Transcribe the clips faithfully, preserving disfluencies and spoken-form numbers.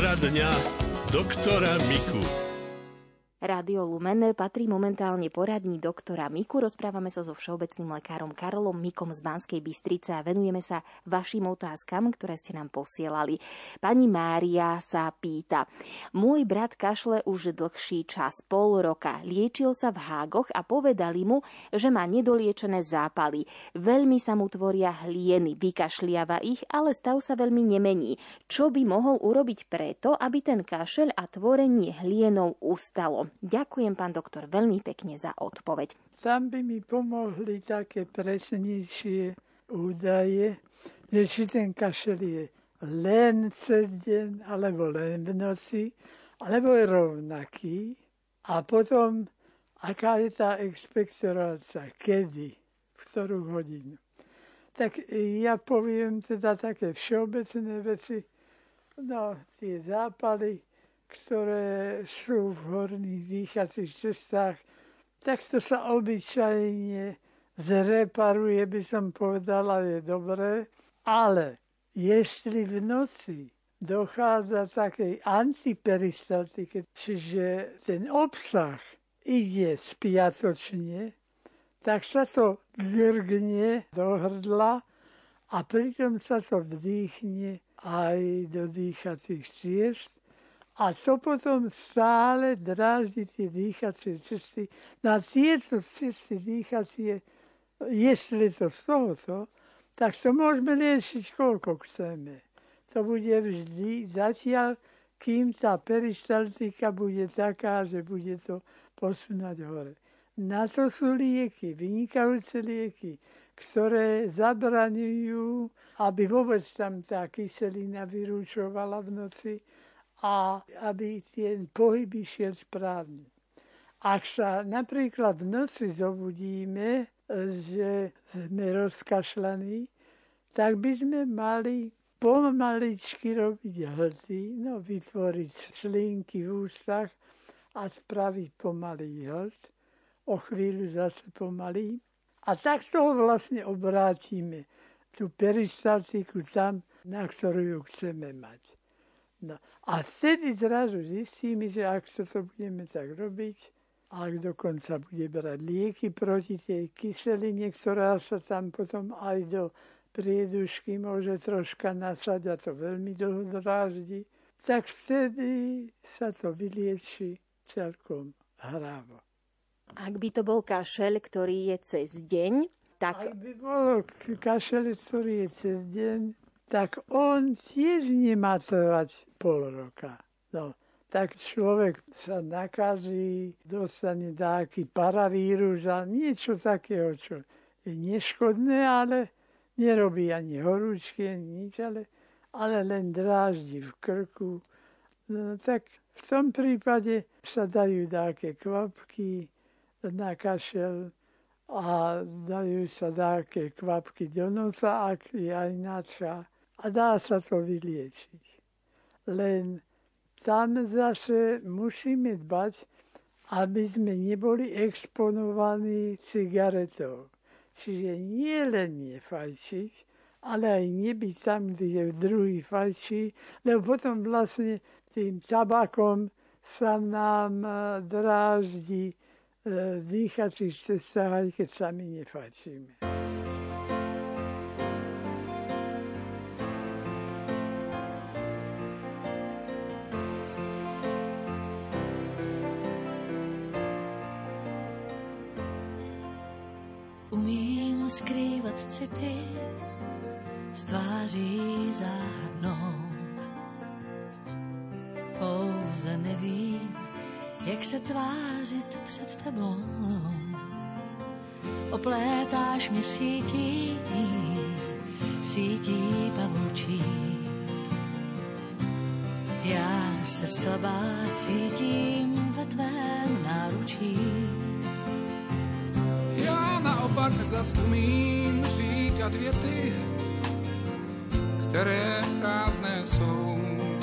Poradňa doktora Miku. Rádio Lumen patrí momentálne poradni doktora Miku. Rozprávame sa so všeobecným lekárom Karolom Mikom z Banskej Bystrice a venujeme sa vašim otázkam, ktoré ste nám posielali. Pani Mária sa pýta: môj brat kašle už dlhší čas, pol roka. Liečil sa v Hágoch a povedali mu, že má nedoliečené zápaly. Veľmi sa mu tvoria hlieny, vykašliava ich, ale stav sa veľmi nemení. Čo by mohol urobiť preto, aby ten kašeľ a tvorenie hlienov ustalo? Ďakujem, pán doktor, veľmi pekne za odpoveď. Tam by mi pomohli také presnejšie údaje, že či ten kašel je len cez deň, alebo len v noci, alebo je rovnaký. A potom, aká je tá expektorácia, kedy, v ktorú hodinu. Tak ja poviem teda také všeobecné veci, no tie zápaly, ktoré sú v horných dýchacích cestách, tak to sa obyčajne zreparuje, by som povedala, je dobré. Ale jestli v noci dochádza takej antiperistaltike, čiže ten obsah ide spiatočne, tak sa to drgne do hrdla a pritom sa to vdýchne aj do dýchacích ciest. A to potom stále dráždi tie dýchacie cesty. Na tieto cesty dýchacie, jestli to z tohoto, tak to môžeme liečiť koľko chceme. To bude vždy zatiaľ, kým tá peristaltika bude taká, že bude to posunať hore. Na to sú lieky, vynikajúce lieky, ktoré zabraňujú, aby vôbec tam tá kyselina vyrúčovala v noci, a aby ten pohyb išiel správne. Ak sa napríklad v noci zobudíme, že sme rozkašľaní, tak by sme mali pomaličky robiť hlty, no vytvoriť slinky v ústach a spraviť pomalý hlt. O chvíľu zase pomalý. A tak toho vlastne obrátime tú peristaltiku tam, na ktorú ju chceme mať. No. A vtedy zrazu zistíme, že ak sa to budeme tak robiť, ak dokonca bude brať lieky proti tej kyseline, ktorá sa tam potom aj do priedušky môže troška nasať a to veľmi dlho dráždi, tak vtedy sa to vylieči celkom hrávo. Ak by to bol kašeľ, ktorý je cez deň, tak... Ak by bol kašeľ, ktorý je cez deň, tak on tiež nemá trvať pol roka. No, tak človek sa nakazí, dostane nejaký paravírus a niečo takého, čo je neškodné, ale nerobí ani horúčky, ani nič, ale, ale len dráždi v krku. No, tak v tom prípade sa dajú nejaké kvapky na kašel a dajú sa nejaké kvapky do nosa, ak je aj nača. A dá sa to vyliečiť. Len tam zase musíme dbať, aby sme neboli exponovaní cigaretou. Čiže nie len nefajčiť, ale aj nebyť tam, kde druhý fajčí, lebo potom vlastne tým tabakom sa nám dráždi v dýchacích cestách, aj keď sami nefajčíme. Umím skrývat city z tváří záhadnou. Pouze nevím, jak se tvářit před tebou. Oplétáš mě sítí, sítí pavoučí. Já se slabá cítím ve tvém náručí. Naopak zas umím říkat věty, které prázdné jsou.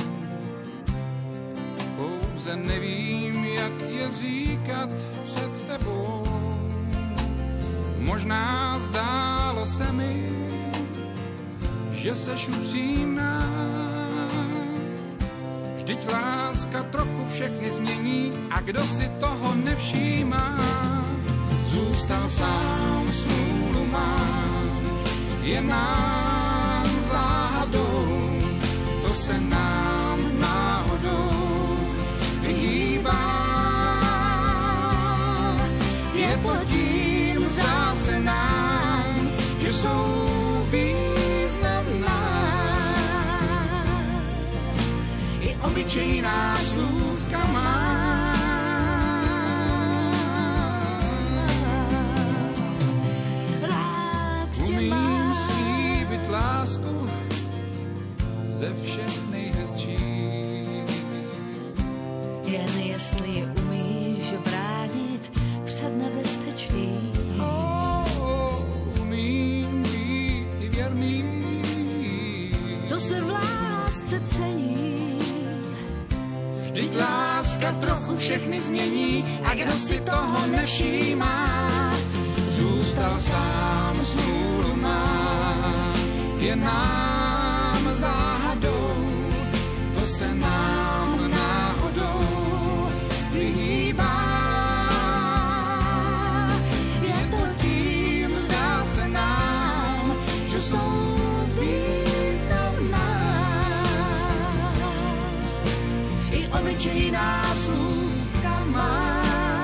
Pouze nevím, jak je říkat před tebou. Možná zdálo se mi, že seš upřímná. Vždyť láska trochu všechny změní a kdo si toho nevšímá, zůstal sám, smůlu má, je nám záhadou, to se nám náhodou vyhýbá. Je to tím, zdá se nám, že jsou významná i obyčejná slůvka má. Umím slíbit lásku ze všech nejhezčí. Jen jestli je umíš bránit před nebezpečí. Oh, umím být i věrný. To se v lásce cení. Vždyť láska trochu všechny změní a kdo si toho nevšímá, zůstal sám, smůlu má, je nám záhadou, to se nám náhodou vyhýbá. Je to tím, zdá se nám, že jsou významná i obyčejná slůvka má.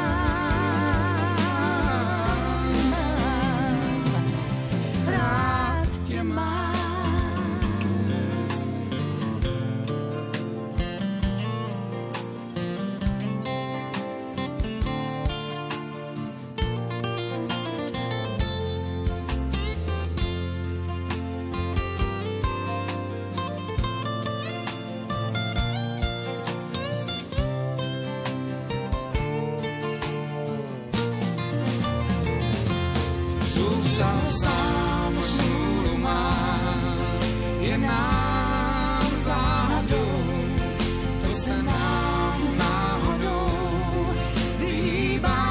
Sám smůlu má, je nám záhadou, to se nám náhodou vyhýbá.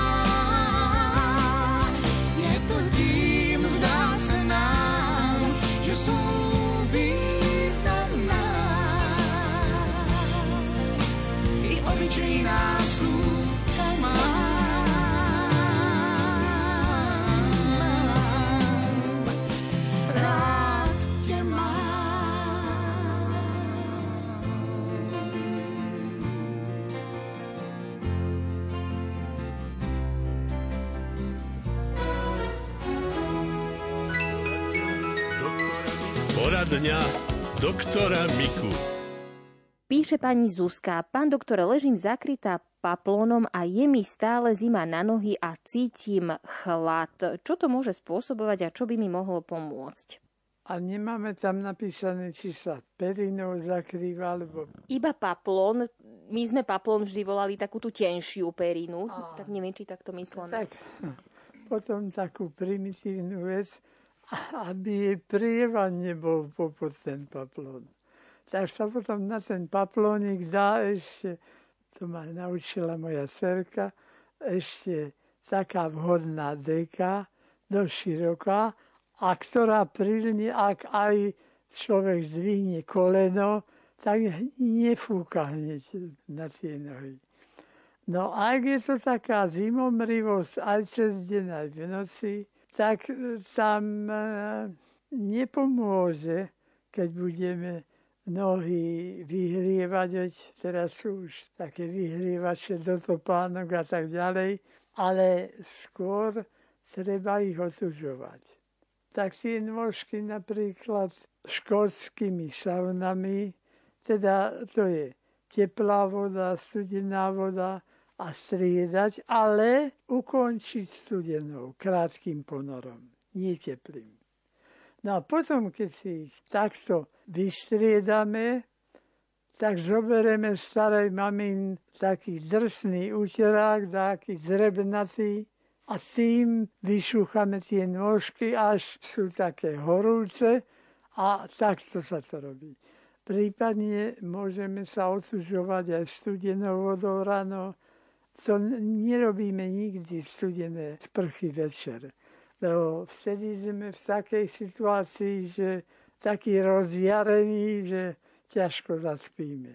Je to tím, zdá se nám, že jsou významná i obyčejná slůvka má. Poradňa doktora Miku. Píše pani Zuzka: pán doktor, ležím zakrytá paplónom a je mi stále zima na nohy a cítim chlad. Čo to môže spôsobovať a čo by mi mohlo pomôcť? A nemáme tam napísané, či sa perinou zakrýva, alebo... Iba paplón. My sme paplón vždy volali takú tú tenšiu perinu. A... Tak neviem, či takto myslené. Tak, potom takú primitívnu vec, aby jej prievan nebol popod ten paplón. Tak sa potom na ten paplónik dá ešte, to ma naučila moja dcerka, ešte taká vhodná deka, dosť široká, a ktorá prilne, ak aj človek zdvihne koleno, tak nefúka hneď na tie nohy. No a ak je to taká zimomrivosť aj cez deň, aj v noci, tak tam nepomôže, keď budeme nohy vyhrievať, veď teraz sú už také vyhrievače do topánok a tak ďalej, ale skôr treba ich otužovať. Tak tie nôžky napríklad škótskymi saunami, teda to je teplá voda, studená voda, a striedať, ale ukončiť studenou, krátkým ponorom, nie teplým. No a potom, keď si ich takto vystriedame, tak zoberieme starej mamin taký drsný úterák, taký zrebnatý a tým vyšúchame tie nôžky, až sú také horúce a takto sa to robí. Prípadne môžeme sa otužovať aj studenou vodou ráno. To nerobíme nikdy studené sprchy večer. Lebo vtedy sme v takej situácii, že taký rozjarený, že ťažko zaspíme.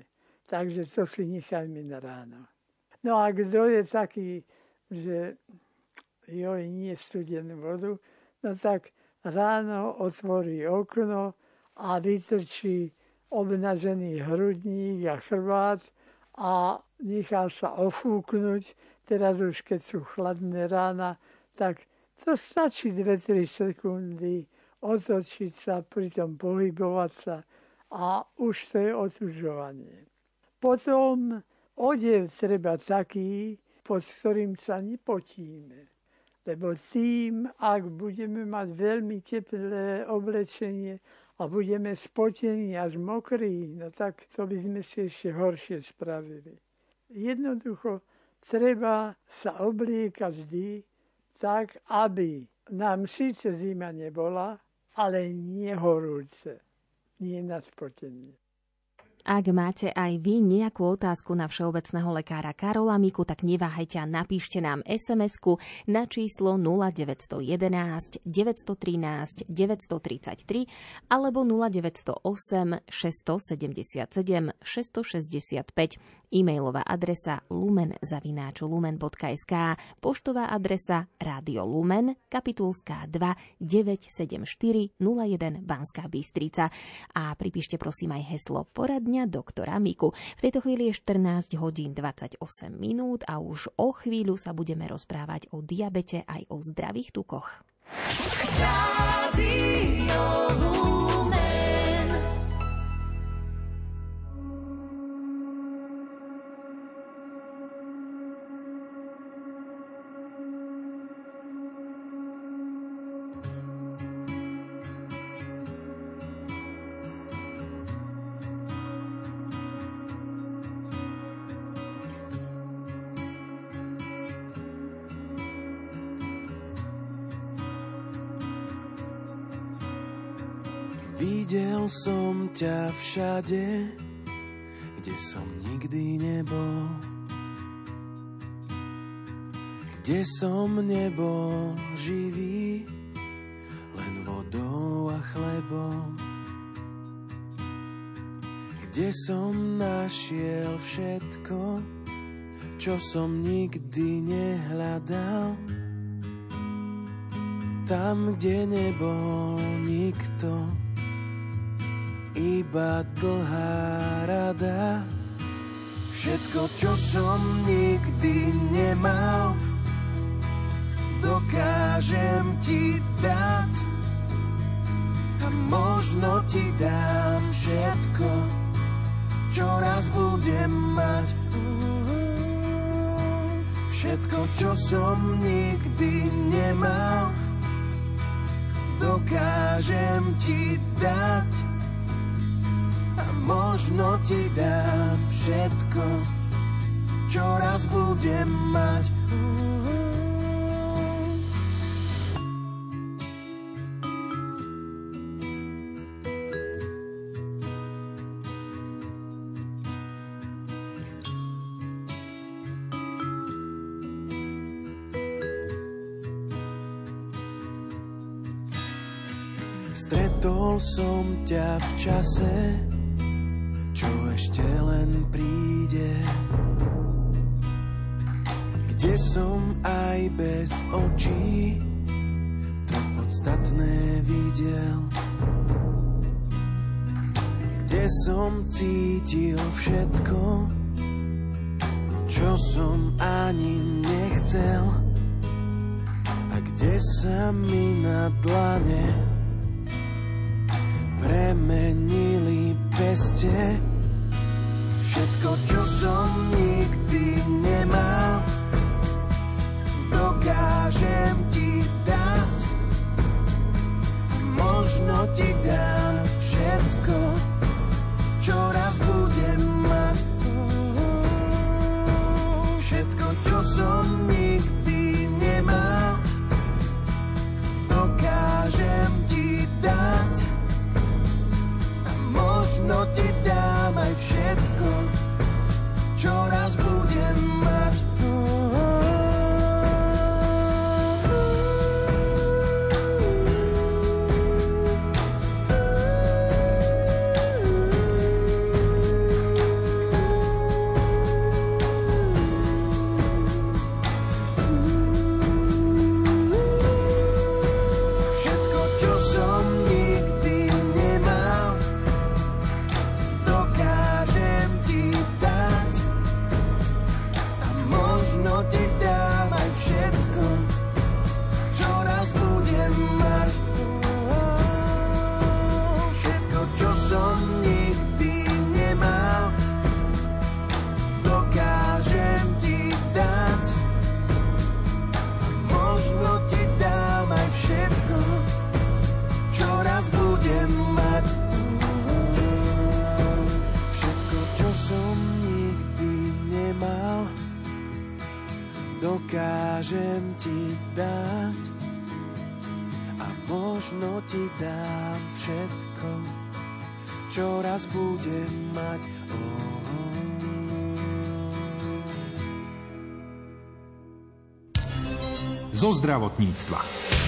takže to si nechajme na ráno. No a kto je taký, že joj, nie studenú vodu, no tak ráno otvorí okno a vytrčí obnažený hrudník a chrbát a nechá sa ofúknuť. Teraz už keď sú chladné rána, tak to stačí dve tri sekundy otočiť sa, pritom pohybovať sa a už to je otužovanie. Potom odev treba taký, pod ktorým sa nepotíme. Lebo tým, ak budeme mať veľmi teplé oblečenie a budeme spotení až mokrí, no tak to by sme si ešte horšie spravili. Jednoducho treba sa obliekať vždy tak, aby nám síce zima nebola, ale nie horúce, nie na spotenie. Ak máte aj vy nejakú otázku na všeobecného lekára Karola Miku, tak neváhajte a napíšte nám es em esku na číslo nula deväť jeden jedna, deväť jedna tri, deväť tri tri alebo nula deväť nula osem, šesť sedem sedem, šesť šesť päť, e-mailová adresa lumen zavináč lumen bodka es ká, poštová adresa Rádio Lumen, Kapitulská dva, deväť sedem štyri nula jeden Banská Bystrica a pripíšte prosím aj heslo poradňa doktora Miku. V tejto chvíli je štrnásť hodín dvadsaťosem minút a už o chvíľu sa budeme rozprávať o diabete aj o zdravých tukoch. Rádio Lumen. Videl som ťa všade, kde som nikdy nebol, kde som nebol živý, len vodou a chlebom, kde som našiel všetko, čo som nikdy nehľadal, tam, kde nebol nikto, iba dlhá rada. Všetko, čo som nikdy nemal, dokážem ti dať. A možno ti dám všetko, čo raz budem mať. Všetko, čo som nikdy nemal, dokážem ti dať. Možno ti dám všetko, čo raz budem mať. Stretol som ťa v čase, čo ešte len príde, kde som aj bez očí to podstatné videl, kde som cítil všetko, čo som ani nechcel, a kde sa mi na dlane premenili peste. Všetko, čo som nikdy nemal, dokážem ti dať. Možno ti dám všetko, čo raz budem mať. Všetko, čo som nikdy nemal, dokážem ti dať. Možno ti dám aj všetko, čo raz budem mať. môžem ti dať a možno ti dám všetko, čo raz budem mať. Oh, oh. Zo zdravotníctva.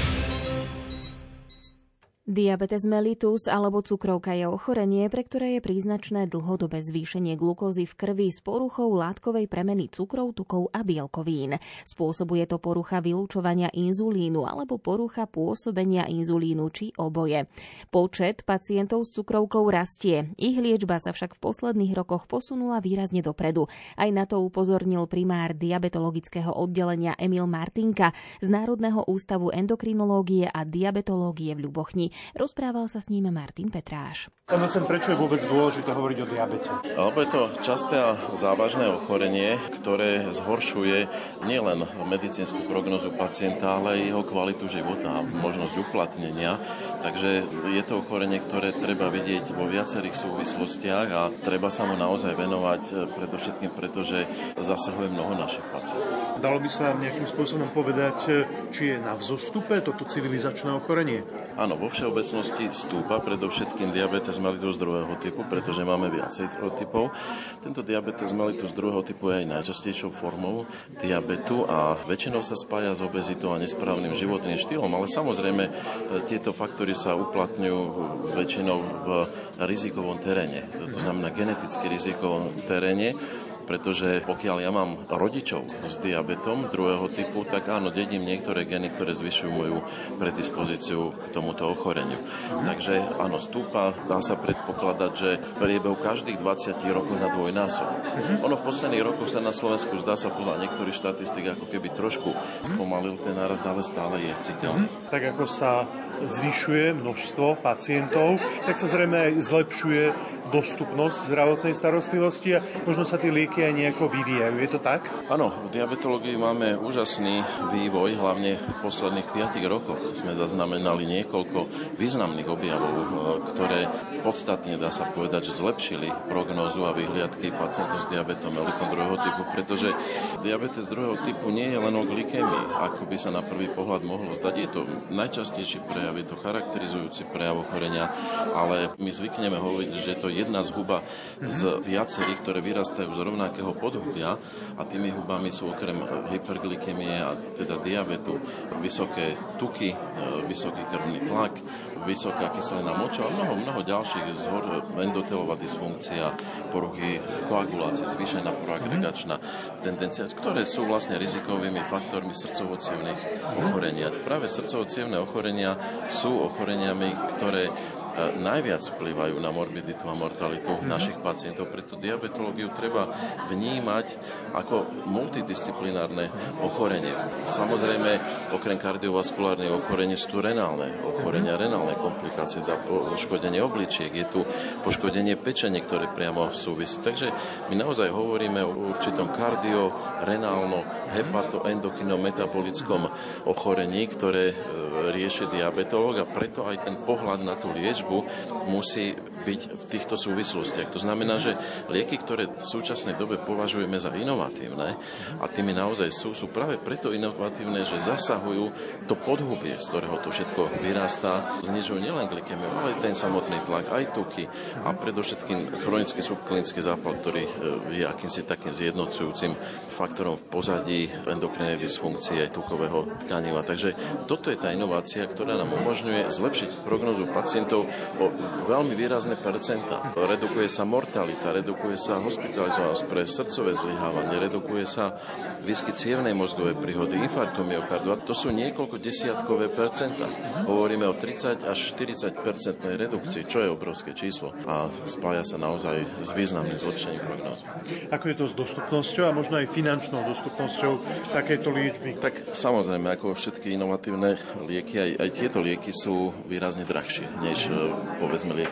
Diabetes mellitus alebo cukrovka je ochorenie, pre ktoré je príznačné dlhodobé zvýšenie glukózy v krvi s poruchou látkovej premeny cukrov, tukov a bielkovín. Spôsobuje to porucha vylučovania inzulínu alebo porucha pôsobenia inzulínu či oboje. Počet pacientov s cukrovkou rastie. Ich liečba sa však v posledných rokoch posunula výrazne dopredu. Aj na to upozornil primár diabetologického oddelenia Emil Martinka z Národného ústavu endokrinológie a diabetológie v Ľubochni. Rozprával sa s ním Martin Petráš. Pán docent, prečo je vôbec dôležité hovoriť o diabete? Lebo je to časté a závažné ochorenie, ktoré zhoršuje nielen medicínsku prognozu pacienta, ale aj jeho kvalitu života a možnosť uplatnenia. Takže je to ochorenie, ktoré treba vidieť vo viacerých súvislostiach a treba sa mu naozaj venovať, predovšetkým preto, že zasahuje mnoho našich pacientov. Dalo by sa nejakým spôsobom povedať, či je na vzostupe toto civilizačné ochorenie? Áno, vo všeobecnosti stúpa predovšetkým diabetes mellitus druhého typu, pretože máme viacej typov. Tento diabetes mellitus druhého typu je aj najčastejšou formou diabetu a väčšinou sa spája s obezitou a nesprávnym životným štýlom, ale samozrejme tieto faktory sa uplatňujú väčšinou v rizikovom teréne, to znamená geneticky rizikovom teréne, pretože pokiaľ ja mám rodičov s diabetom druhého typu, tak áno, dedím niektoré geny, ktoré zvyšujú moju predispozíciu k tomuto ochoreniu. Takže áno, stúpa, dá sa predpokladať, že v priebehu každých dvadsať rokov na dvojnásob. Ono v posledných rokoch sa na Slovensku zdá sa podľa niektorých štatistík ako keby trošku spomalil ten nárast, ale stále je citeľný. Tak ako sa zvyšuje množstvo pacientov, tak sa zrejme aj zlepšuje dostupnosť zdravotnej starostlivosti a možno sa tie lieky aj nejako vyvíjajú. Je to tak? Áno, v diabetológii máme úžasný vývoj, hlavne v posledných piatich rokoch sme zaznamenali niekoľko významných objavov, ktoré podstatne, dá sa povedať, že zlepšili prognózu a vyhliadky pacientov s diabetom mellitus druhého typu, pretože diabetes druhého typu nie je len o glykémii, ako by sa na prvý pohľad mohlo zdať. Je to najčastejší prejav, je to charakterizujúci prejav ochorenia, ale my zvykneme hovoriť, že to jedna zhuba z viacerých, ktoré vyrastajú z rovnakého podhubia a tými hubami sú okrem hyperglykemie a teda diabetu vysoké tuky, vysoký krvný tlak, vysoká kyselina moča a mnoho, mnoho ďalších zhor, endotelová dysfunkcia, poruchy koagulácie, zvýšená proagregačná tendencia, ktoré sú vlastne rizikovými faktormi srdcovo-cievnych ochorenia. Práve srdcovo-cievne ochorenia sú ochoreniami, ktoré najviac vplyvajú na morbiditu a mortalitu mm-hmm. našich pacientov. Preto diabetológiu treba vnímať ako multidisciplinárne ochorenie. Samozrejme, okrem kardiovaskulárnych ochorení sú tu renálne ochorenia, mm-hmm. renálne komplikácie, poškodenie obličiek, je tu poškodenie pečene, ktoré priamo súvisí. Takže my naozaj hovoríme o určitom kardio, renálno, hepato, endokrinom, metabolickom ochorení, ktoré rieši diabetológ a preto aj ten pohľad na tú liečbu musí byť v týchto súvislostiach. To znamená, že lieky, ktoré v súčasnej dobe považujeme za inovatívne a tými naozaj sú, sú práve preto inovatívne, že zasahujú to podhubie, z ktorého to všetko vyrastá, znižujú nielen glykemiu, ale ten samotný tlak, aj tuky a predovšetkým chronický subklinický zápal, ktorý je akýmsi takým zjednocujúcim faktorom v pozadí endokrinnej dysfunkcie tukového tkaniva. Takže toto je tá inovácia, ktorá nám umožňuje zlepšiť prognozu pacientov o veľmi výrazné percentá. Redukuje sa mortalita, redukuje sa hospitalizovanosť pre srdcové zlyhávanie, redukuje sa výskyt cievnej mozgovej príhody, infarktu myokardu. A to sú niekoľko desiatkové percentá. Hovoríme o tridsať až štyridsať percentnej redukcii, čo je obrovské číslo. A spája sa naozaj s významným zlepšením prognózy. Ako je to s dostupnosťou a možno aj finančnou dostupnosťou takejto liečby? Tak samozrejme, ako všetky inovatívne lieky, aj, aj tieto lieky sú výrazne drahšie, než povedzme lieky, ktoré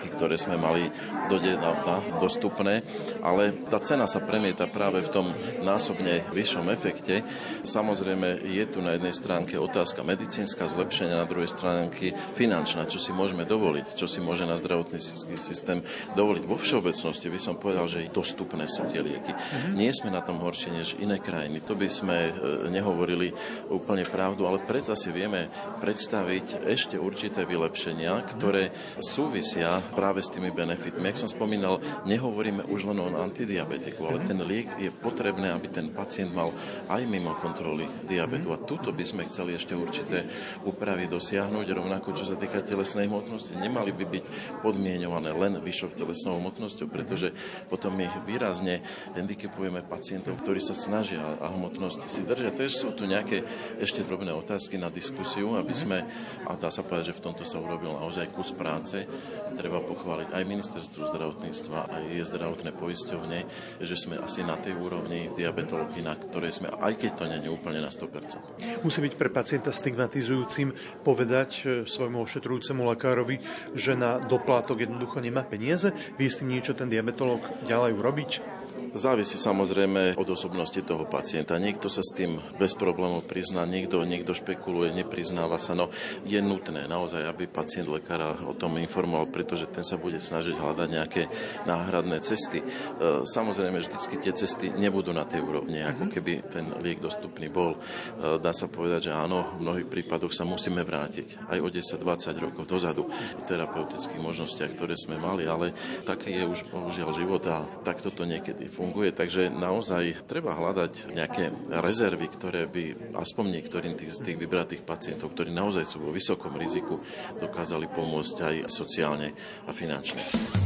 sme mali donedávna dostupné, ale tá cena sa premieta práve v tom násobne vyššom efekte. Samozrejme je tu na jednej stránke otázka medicínska zlepšenia, na druhej stránke finančná, čo si môžeme dovoliť, čo si môže na zdravotnícky systém dovoliť. Vo všeobecnosti by som povedal, že dostupné sú tie lieky. Mm-hmm. Nie sme na tom horšie než iné krajiny. To by sme nehovorili úplne pravdu, ale predsa si vieme predstaviť ešte určité vylepšenia, ktoré súvisia práve s tými benefitmi. Jak som spomínal, nehovoríme už len o antidiabetiku, ale ten liek je potrebné, aby ten pacient mal aj mimo kontroly diabetu. A tuto by sme chceli ešte určité úpravy dosiahnuť, rovnako čo sa týka telesnej hmotnosti. Nemali by byť podmienované len vyššou telesnou hmotnosťou, pretože potom my výrazne handicapujeme pacientov, ktorí sa snažia a hmotnosť si držia. Takže sú tu nejaké ešte drobné otázky na diskusiu, aby sme, a dá sa povedať, že v tomto sa urobil naozaj kus práce. Treba pochváliť aj ministerstvo zdravotníctva, aj je zdravotné poisťovne, že sme asi na tej úrovni diabetológii, na ktorej sme, aj keď to nie je úplne na sto percent. Musí byť pre pacienta stigmatizujúcim povedať svojmu ošetrujúcemu lekárovi, že na doplátok jednoducho nemá peniaze. Vie s tým niečo ten diabetológ ďalej urobiť? Závisí samozrejme od osobnosti toho pacienta. Niekto sa s tým bez problémov prizná, niekto, niekto špekuluje, nepriznáva sa. No je nutné naozaj, aby pacient lekára o tom informoval, pretože ten sa bude snažiť hľadať nejaké náhradné cesty. Samozrejme, vždycky tie cesty nebudú na tej úrovni, ako keby ten liek dostupný bol. Dá sa povedať, že áno, v mnohých prípadoch sa musíme vrátiť aj o desať dvadsať rokov dozadu v terapeutických možnostiach, ktoré sme mali, ale taký je už bohužiaľ život a takto to niekedy funguje, takže naozaj treba hľadať nejaké rezervy, ktoré by aspoň niektorým tých, z tých vybratých pacientov, ktorí naozaj sú vo vysokom riziku, dokázali pomôcť aj sociálne a finančne.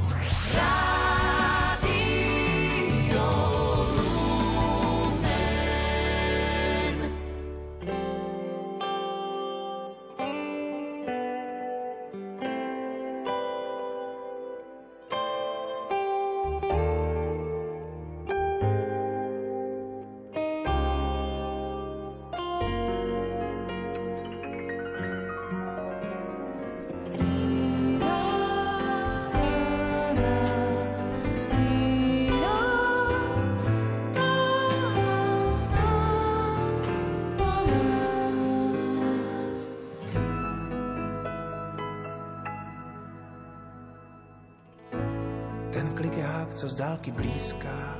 Co z dálky blízká,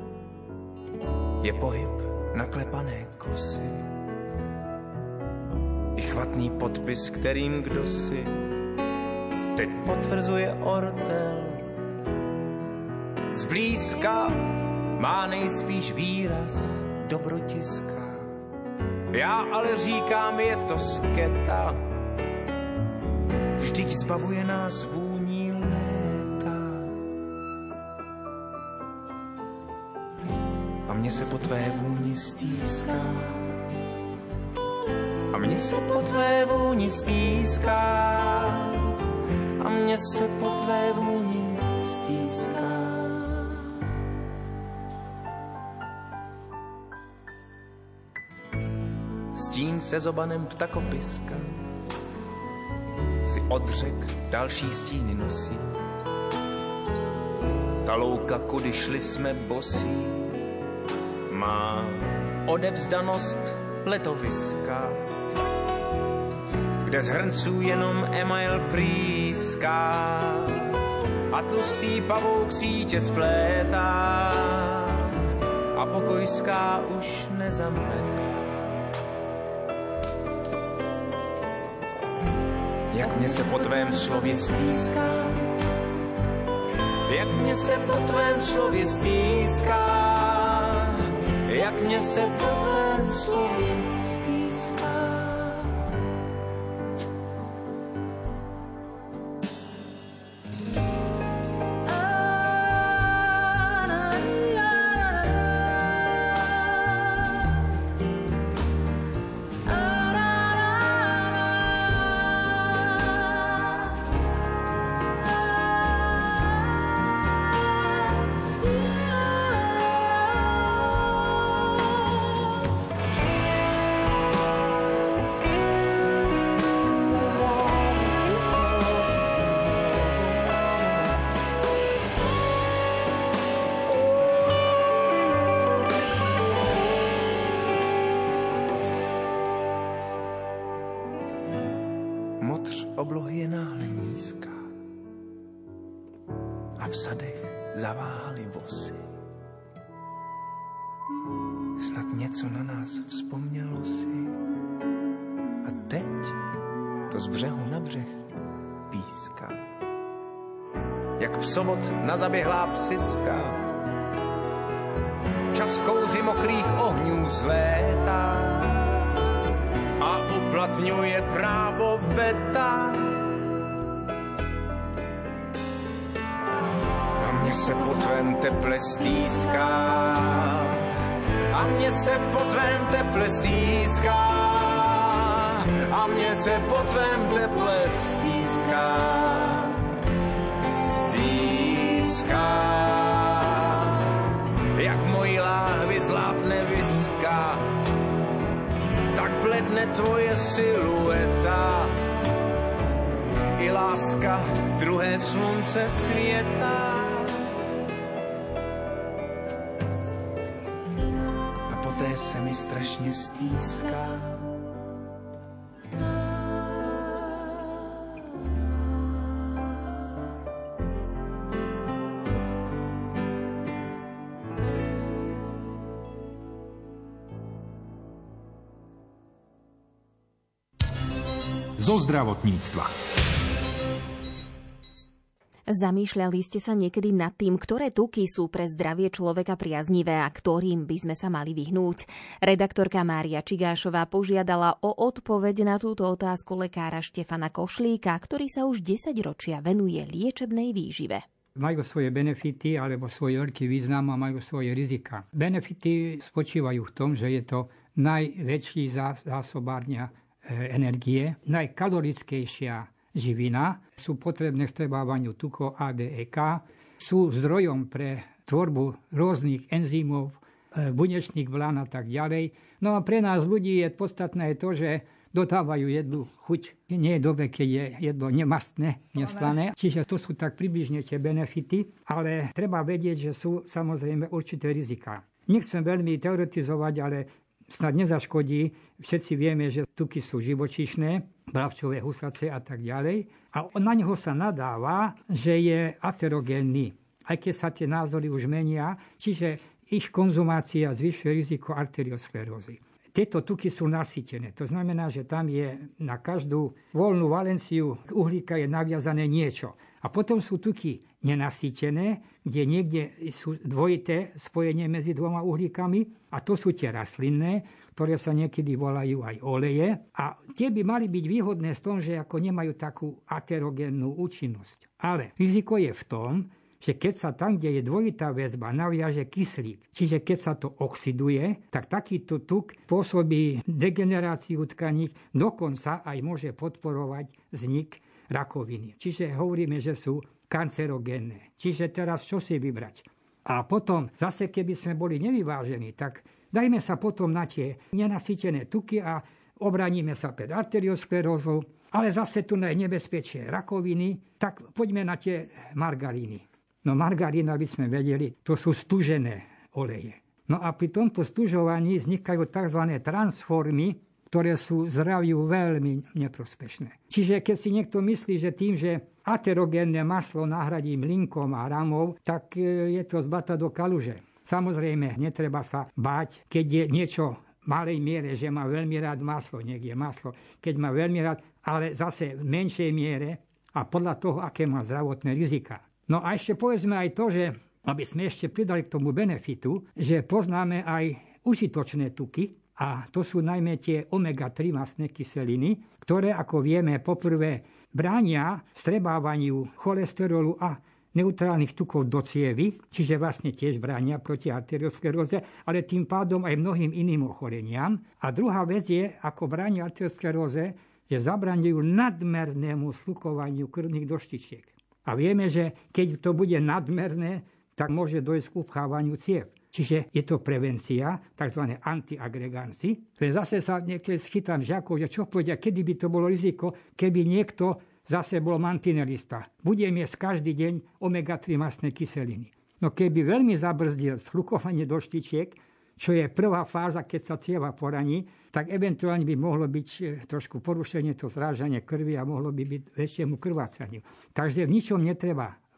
je pohyb naklepané kosy i chvatný podpis, kterým kdosi teď potvrzuje ortel. Zblízka má nejspíš výraz dobrotiska, já ale říkám, je to sketa, vždyť zbavuje nás vůní léta. A mně se po tvé vůni stýská, a mně se po tvé vůni stýská, a mně se po tvé vůni stýská. Stín se zobanem ptakopiska si odřek další stíny nosí. Ta louka, kudy šli jsme bosí, má odevzdanost letoviska, kde z hrnců jenom email prýská a tlustý pavouk sítě splétá a pokojská už nezamletá. Jak mě se po tvém slově stýská, jak mě se po tvém slově stýská, jak mě se po tvém slově stýská. v sadech zaváhaly vosy. Snad něco na nás vzpomnělo si. A teď to z břehu na břeh píská. Jak psovod na zaběhlá psiska. Čas v kouři mokrých ohňů zlétá a uplatňuje právo veta. A mě se po tvém teple stýská. A mě se po tvém teple stýská. A mě se po tvém teple stýská. Stýská. Jak v mojí láhvi zlátne viska, tak bledne tvoje silueta. I láska druhé slunce světa. A poté se mi strašně stýská. Zo zdravotníctva. Zamýšľali ste sa niekedy nad tým, ktoré tuky sú pre zdravie človeka priaznivé a ktorým by sme sa mali vyhnúť? Redaktorka Mária Čigášová požiadala o odpoveď na túto otázku lekára Štefana Košlíka, ktorý sa už desaťročia venuje liečebnej výžive. Majú svoje benefity alebo svoj veľký význam a majú svoje rizika. Benefity spočívajú v tom, že je to najväčší zásobárňa energie, najkalorickejšia živina, sú potrebné k strebávaniu tukov A, D, E, K, sú zdrojom pre tvorbu rôznych enzymov, bunečných vlán a tak ďalej. No a pre nás ľudí je podstatné to, že dodávajú jedlu chuť. Nie je dobre, keď je jedlo nemastné, neslané. Čiže to sú tak približne tie benefity, ale treba vedieť, že sú samozrejme určité riziká. Nechcem veľmi teoretizovať, ale snad nezaškodí. Všetci vieme, že tuky sú živočíšne, bravčové, husace a tak ďalej. A na neho sa nadáva, že je aterogénny. Aj keď sa tie názory už menia, čiže ich konzumácia zvyšuje riziko arteriosklerózy. Tieto tuky sú nasýtené. To znamená, že tam je na každú voľnú valenciu uhlíka je naviazané niečo. A potom sú tuky nenasýtené, kde niekde sú dvojité spojenie medzi dvoma uhlíkami. A to sú tie rastlinné, ktoré sa niekedy volajú aj oleje. A tie by mali byť výhodné v tom, že ako nemajú takú aterogénnu účinnosť. Ale riziko je v tom, že keď sa tam, kde je dvojitá väzba, naviaže kyslík, čiže keď sa to oxiduje, tak takýto tuk pôsobí degeneráciu tkaní, dokonca aj môže podporovať vznik rakoviny. Čiže hovoríme, že sú kancerogénne. Čiže teraz čo si vybrať? A potom zase, keby sme boli nevyvážení, tak dajme sa potom na tie nenasýtené tuky a obraníme sa pred arteriosklerózou, ale zase tu je nebezpečie rakoviny, tak poďme na tie margaríny. No margarín, aby sme vedeli, to sú stužené oleje. No a pri tomto stužovaní vznikajú tzv. Transformy, ktoré sú zdraviu veľmi neprospešné. Čiže keď si niekto myslí, že tým, že aterogénne maslo nahradí mlinkom a ramov, tak je to zbata do kaluže. Samozrejme, netreba sa báť, keď je niečo v malej miere, že má veľmi rád maslo, nech je maslo, keď má veľmi rád, ale zase v menšej miere a podľa toho, aké má zdravotné rizika. No a ešte povedzme aj to, že aby sme ešte pridali k tomu benefitu, že poznáme aj užitočné tuky, a to sú najmä tie omega tri mastné kyseliny, ktoré, ako vieme, poprvé bránia strebávaniu cholesterolu a neutrálnych tukov do cievy, čiže vlastne tiež bránia proti arterioskleróze, ale tým pádom aj mnohým iným ochoreniam. A druhá vec je, ako bránia arterioskleróze, že zabraňujú nadmernému slukovaniu krvných doštičiek. A vieme, že keď to bude nadmerné, tak môže dojsť k upchávaniu ciev. Čiže je to prevencia, tzv. Antiagreganci. Zase sa niekedy schytám žiakov, že čo povedia, kedy by to bolo riziko, keby niekto zase bol mantinelista. Budem jesť každý deň omega tri mastné kyseliny. No keby veľmi zabrzdil slukovanie doštičiek, čo je prvá fáza, keď sa cieva poraní, tak eventuálne by mohlo byť trošku porušenie to zrážanie krvi a mohlo by byť väčšiemu krvácaniu. Takže v ničom netreba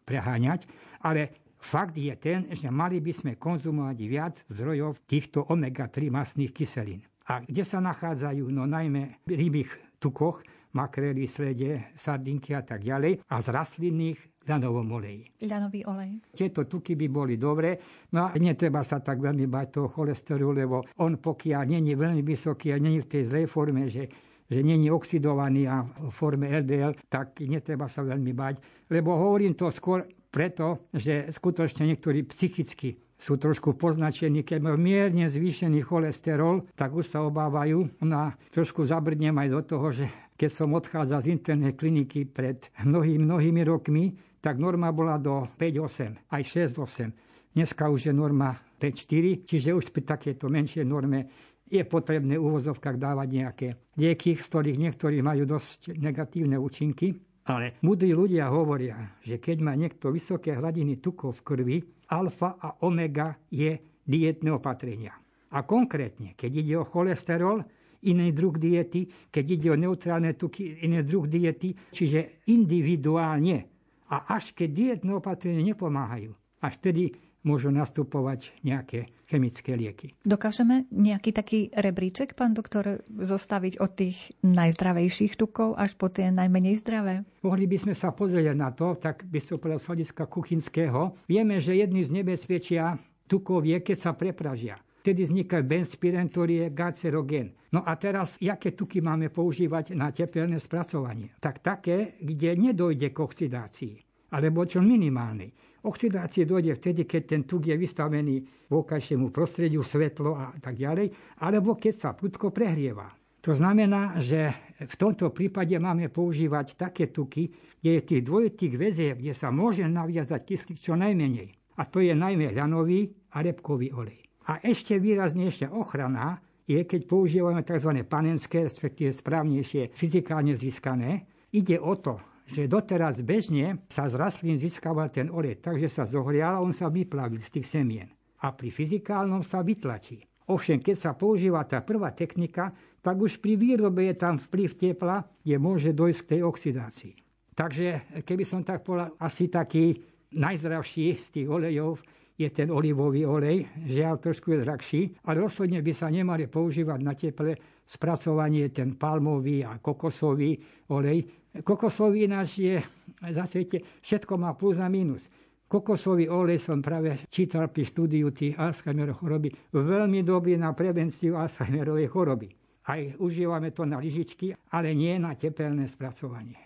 preháňať, ale fakt je ten, že mali by sme konzumovať viac zdrojov týchto omega tri mastných kyselín. A kde sa nachádzajú? No najmä v rybých tukoch, makrely, slede, sardinky a tak ďalej, a z rastlinných ľanovom oleji. Ľanový olej. Tieto tuky by boli dobré, no a netreba sa tak veľmi bať toho cholesterolu, lebo on pokiaľ nie je veľmi vysoký a nie je v tej zlej forme, že že nie je oxidovaný a v forme el dé el, tak netreba sa veľmi bať. Lebo hovorím to skôr preto, že skutočne niektorí psychicky sú trošku poznačení, keď majú mierne zvýšený cholesterol, tak už sa obávajú. No a trošku zabrdnem aj do toho, že keď som odchádzal z internej kliniky pred mnohými, mnohými rokmi, tak norma bola do päť osem, aj šesť osem. Dneska už je norma päť štyri, čiže už pri takejto menšej norme je potrebné v úvozovkách dávať nejaké lieky, z ktorých niektorí majú dosť negatívne účinky. Ale múdri ľudia hovoria, že keď má niekto vysoké hladiny tukov v krvi, alfa a omega je dietné opatrenia. A konkrétne, keď ide o cholesterol, iný druh diety, keď ide o neutrálne tuky, iný druh diety, čiže individuálne. A až keď dietné opatrenia nepomáhajú, až tedy môžu nastupovať nejaké chemické lieky. Dokážeme nejaký taký rebríček, pán doktor, zostaviť od tých najzdravejších tukov až po tie najmenej zdravé? Mohli by sme sa pozrieť na to, tak by som povedal z hľadiska kuchynského. Vieme, že jedným z nebezpečia tukov je, keď sa prepražia. Vtedy vznikajú benzpirén, ktorý je kancerogén. No a teraz, aké tuky máme používať na tepelné spracovanie? Tak také, kde nedojde k oxidácii, alebo čo minimálnej. Oxidácie dojde vtedy, keď ten tuk je vystavený vonkajšiemu prostrediu, svetlo a tak ďalej, alebo keď sa prudko prehrieva. To znamená, že v tomto prípade máme používať také tuky, kde je tých dvojitých väzieb, kde sa môže naviazať kyslík čo najmenej. A to je najmä ľanový a repkový olej. A ešte výraznejšia ochrana je, keď používame tzv. Panenské, respektíve správnejšie fyzikálne získané. Ide o to, že doteraz bežne sa z rastlín získaval ten olej, takže sa zohrial a on sa vyplavil z tých semien. A pri fyzikálnom sa vytlačí. Ovšem, keď sa používa tá prvá technika, tak už pri výrobe je tam vplyv tepla, kde môže dojsť k tej oxidácii. Takže, keby som tak povedal, asi taký najzdravší z tých olejov je ten olivový olej, žiaľ trošku je drahší, ale rozhodne by sa nemali používať na teple spracovanie ten palmový a kokosový olej. Kokosový ináč je, zase všetko má plus a mínus. Kokosový olej som práve čítal pri štúdiu tých Alzheimerovej choroby, veľmi dobrý na prevenciu Alzheimerovej choroby. Aj užívame to na lyžičky, ale nie na tepelné spracovanie.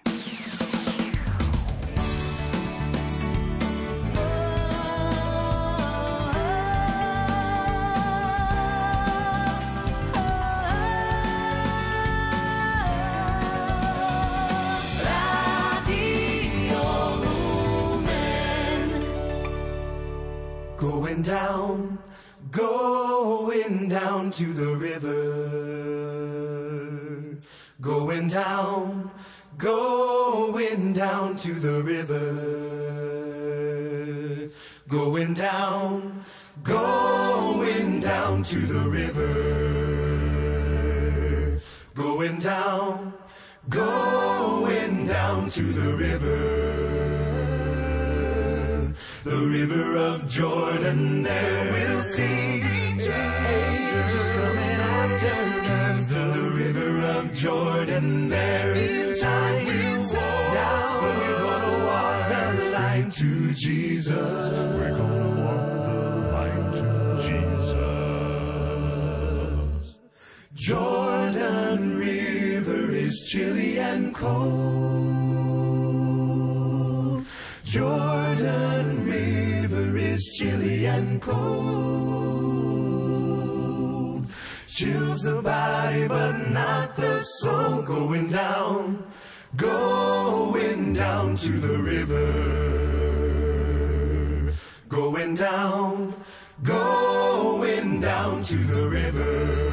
Going down, going down to the river. Going down, going down to the river. Going down, going down to the river. Going down, going down to the river. The river of Jordan, there we'll see angels coming after us. The river of Jordan, there in time we'll walk. Now we're gonna walk the line to Jesus. We're gonna walk the line to Jesus. Jordan River is chilly and cold. Jordan River is chilly and cold. Chills the body but not the soul. Going down, going down to the river. Going down, going down to the river.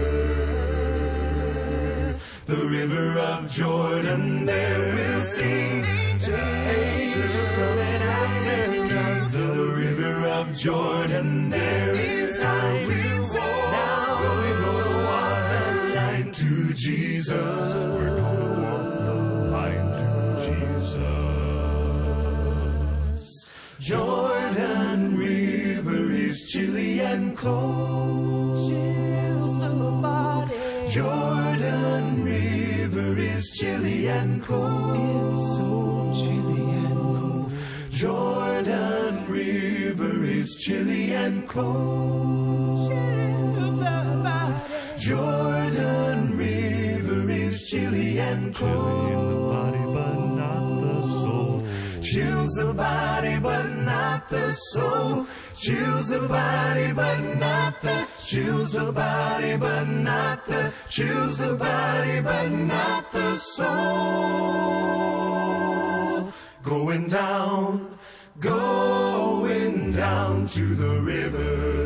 The river of Jordan, there we'll sing. Angels coming after us. The river of Jordan, there in time we'll walk. Now we're gonna walk the line to Jesus. We're gonna walk the line to Jesus. Jordan River is chilly and cold. Chills the body. Jordan River is chilly and cold. It's so chilly and cold. Jordan River is chilly and cold. Chills the body. Jordan River is chilly and cold. Chills the body, but not the soul. Chills the body, but not the. Chills the body, but not the. Chills the body, but not the soul. Going down, going down to the river.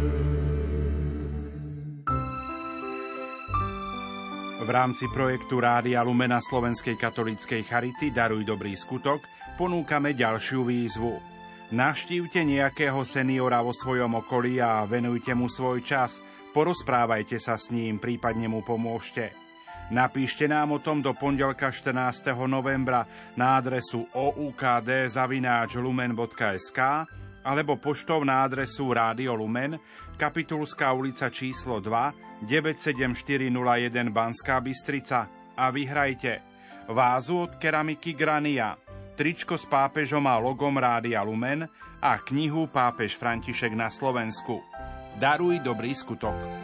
V rámci projektu Rádia Lumena Slovenskej katolíckej charity Daruj dobrý skutok ponúkame ďalšiu výzvu. Navštívte nejakého seniora vo svojom okolí a venujte mu svoj čas, porozprávajte sa s ním, prípadne mu pomôžte. Napíšte nám o tom do pondelka štrnásteho novembra na adresu o u k d zavináč lumen bodka es ká alebo poštou na adresu Rádio Lumen, Kapitulská ulica číslo dva, deväť sedem štyri nula jeden Banská Bystrica a vyhrajte vázu od keramiky Grania, tričko s pápežom a logom Rádia Lumen a knihu Pápež František na Slovensku. Daruj dobrý skutok.